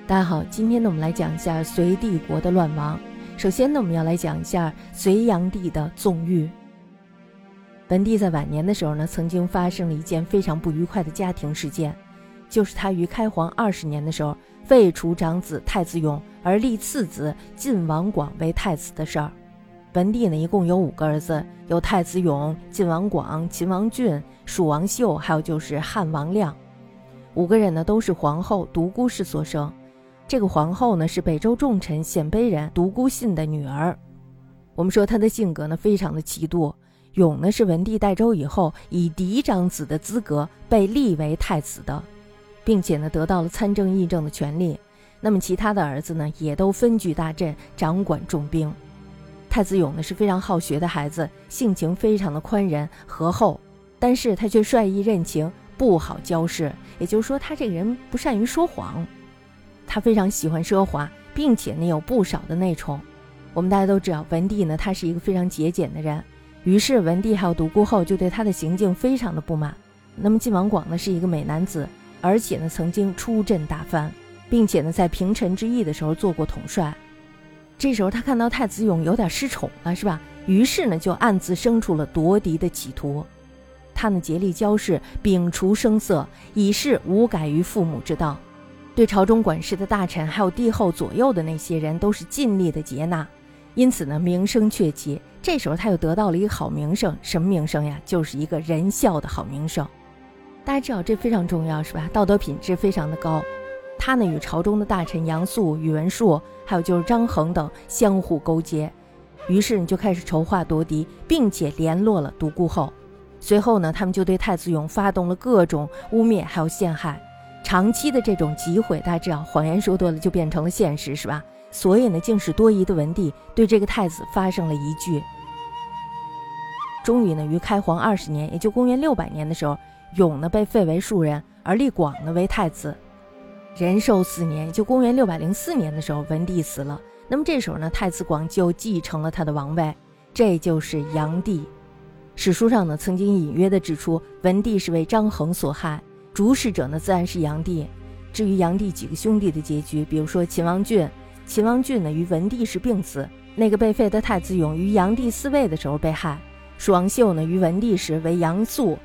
大家好，今天呢我们来讲一下隋帝国的乱亡。首先呢我们要来讲一下隋炀帝的纵欲。文帝在晚年的时候呢，曾经发生了一件非常不愉快的家庭事件，就是他于开皇20年的时候废除长子太子永，而立次子晋王广为太子的事儿。文帝呢一共有5个儿子，有太子永、晋王广、秦王俊、蜀王秀，还有就是汉王亮。5个人呢都是皇后独孤氏所生。这个皇后呢是北周重臣鲜卑人独孤信的女儿。我们说她的性格呢非常的奇妒。永呢是文帝代周以后以嫡长子的资格被立为太子的，并且呢得到了参政议政的权利。那么其他的儿子呢也都分据大镇，掌管重兵。太子永呢是非常好学的孩子，性情非常的宽仁和厚，但是他却率意任情，不好交事，也就是说他这个人不善于说谎。他非常喜欢奢华，并且呢有不少的内宠。我们大家都知道文帝呢他是一个非常节俭的人，于是文帝还有独孤后就对他的行径非常的不满。那么晋王广呢是一个美男子，而且呢曾经出阵打藩，并且呢在平陈之役的时候做过统帅。这时候他看到太子永有点失宠了，是吧？于是呢就暗自生出了夺嫡的企图。他呢竭力交事，摒除声色，以示无改于父母之道。对朝中管事的大臣还有帝后左右的那些人都是尽力的接纳，因此呢名声鹊起。这时候他又得到了一个好名声，什么名声呀？就是一个仁孝的好名声。大家知道这非常重要，是吧？道德品质非常的高。他呢与朝中的大臣杨素、宇文述还有就是张衡等相互勾结，于是就开始筹划夺嫡，并且联络了独孤后。随后呢他们就对太子永发动了各种污蔑还有陷害。长期的这种诋毁，大家知道谎言说多了就变成了现实，是吧？所以呢竟使多疑的文帝对这个太子发生了疑惧。终于呢于开皇20年，也就公元600年的时候，永呢被废为庶人，而立广呢为太子。仁寿4年，就公元604年的时候，文帝死了。那么这时候呢太子广就继承了他的王位，这就是炀帝。史书上呢曾经隐约的指出文帝是为张衡所害，主使者呢自然是炀帝。至于炀帝几个兄弟的结局，比如说秦王俊呢与文帝是病死，那个被废的太子永于炀帝嗣位的时候被害。蜀王秀呢于文帝时为杨素，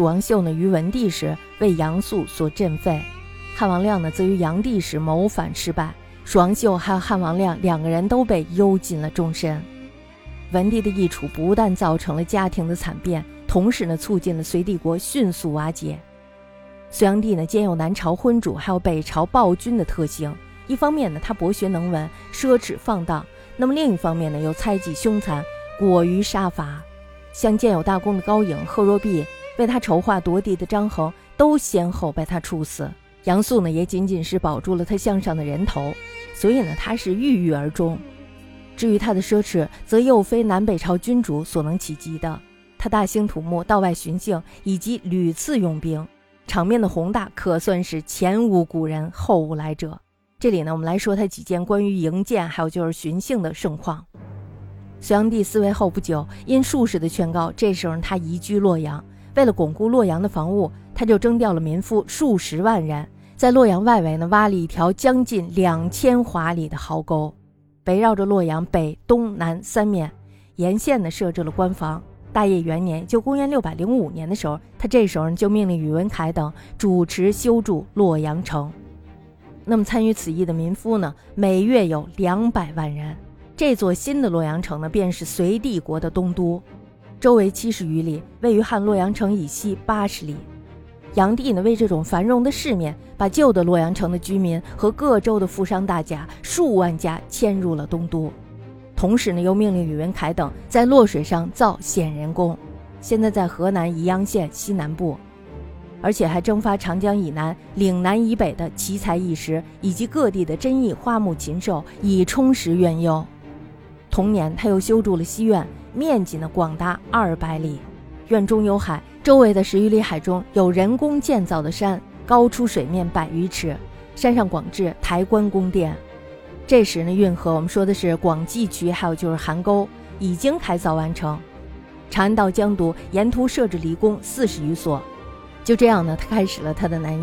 为杨素所震废。汉王亮呢则于炀帝时谋反失败，蜀王秀还有汉王亮2个人都被幽禁了终身。文帝的易处不但造成了家庭的惨变，同时呢促进了隋帝国迅速瓦解。隋炀帝呢兼有南朝昏主还有北朝暴君的特性，一方面呢他博学能文，奢侈放荡，那么另一方面呢又猜忌凶残，果于杀伐。像建有大功的高颖、贺若弼，为他筹划夺嫡的张衡都先后被他处死。杨素呢也仅仅是保住了他项上的人头，所以呢他是郁郁而终。至于他的奢侈，则又非南北朝君主所能企及的。他大兴土木，道外巡幸，以及屡次用兵，场面的宏大可算是前无古人后无来者。这里呢我们来说他几件关于营建还有就是巡幸的盛况。隋炀帝嗣位后不久，因术士的劝告，这时候他移居洛阳。为了巩固洛阳的防务，他就征调了民夫数十万人，在洛阳外围呢挖了一条将近2000华里的壕沟，围绕着洛阳北、东、南3面，沿线呢设置了关防。大业元年，就公元605年的时候，他这时候就命令宇文恺等主持修筑洛阳城。那么参与此役的民夫呢，每月有200万人。这座新的洛阳城呢，便是隋帝国的东都，周围70余里，位于汉洛阳城以西80里。炀帝呢为这种繁荣的市面，把旧的洛阳城的居民和各州的富商大贾数万家迁入了东都。同时呢又命令宇文恺等在洛水上造显仁宫，现在在河南宜阳县西南部，而且还征发长江以南、岭南以北的奇才异石以及各地的珍异花木禽兽，以充实苑囿。同年他又修筑了西苑，面积呢广达200里，苑中有海，周围的10余里海中有人工建造的山，高出水面100余尺，山上广置台观宫殿。这时呢运河，我们说的是广济渠还有就是邗沟，已经开凿完成。长安到江都沿途设置离宫40余所。就这样呢他开始了他的南游。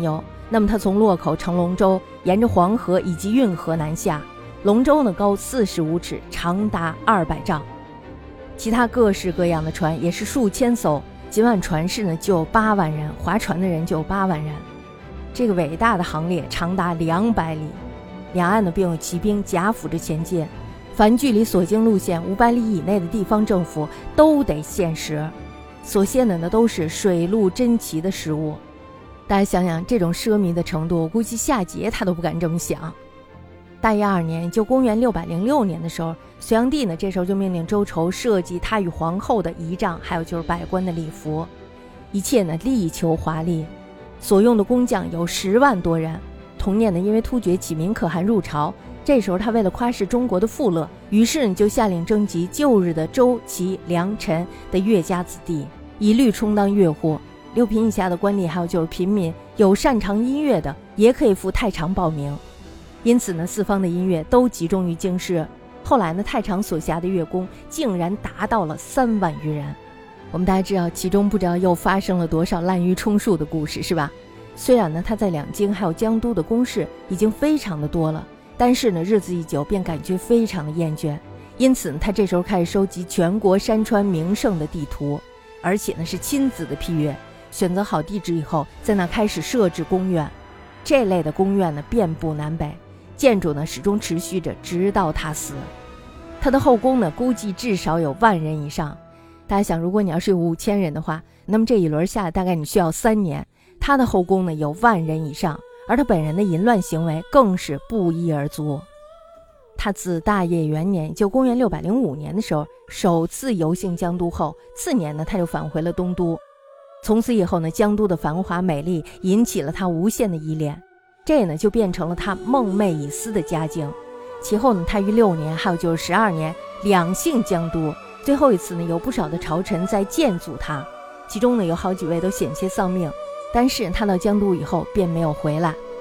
那么他从洛口乘龙舟，沿着黄河以及运河南下，龙舟呢高45尺，长达200丈。其他各式各样的船也是数千艘，今晚船士呢就有8万人，划船的人就有8万人。这个伟大的行列长达200里，两岸呢并有骑兵夹辅着前进，凡距离所经路线500里以内的地方政府都得限时，所限的呢都是水陆珍奇的食物。大家想想这种奢靡的程度，我估计夏桀他都不敢这么想。大业2年，就公元606年的时候，隋炀帝呢这时候就命令周畴设计他与皇后的仪仗，还有就是百官的礼服，一切呢力求华丽。所用的工匠有10万多人。同年呢，因为突厥启民可汗入朝，这时候他为了夸示中国的富乐，于是呢就下令征集旧日的周、齐、梁、陈的乐家子弟，一律充当乐户。6品以下的官吏还有就是平民，有擅长音乐的也可以赴太常报名。因此呢，四方的音乐都集中于京师。后来呢，太常所辖的乐工竟然达到了3万余人。我们大家知道，其中不知道又发生了多少滥竽充数的故事，是吧？虽然呢，他在两京还有江都的公事已经非常的多了，但是呢，日子一久便感觉非常的厌倦。因此呢，他这时候开始收集全国山川名胜的地图，而且呢是亲自的批阅，选择好地址以后，在那开始设置宫院。这类的宫院呢，遍布南北。建筑呢始终持续着，直到他死。他的后宫呢，估计至少有10000人以上。大家想，如果你要是有5000人的话，那么这一轮下来大概你需要3年。他的后宫呢有10000人以上，而他本人的淫乱行为更是不一而足。他自大业元年，就公元605年的时候，首次游幸江都后，次年呢他就返回了东都。从此以后呢，江都的繁华美丽引起了他无限的依恋。这呢就变成了他梦寐以思的佳境。其后呢，他于6年还有就是12年两幸江都。最后一次呢，有不少的朝臣在谏阻他，其中呢有好几位都险些丧命，但是他到江都以后便没有回来。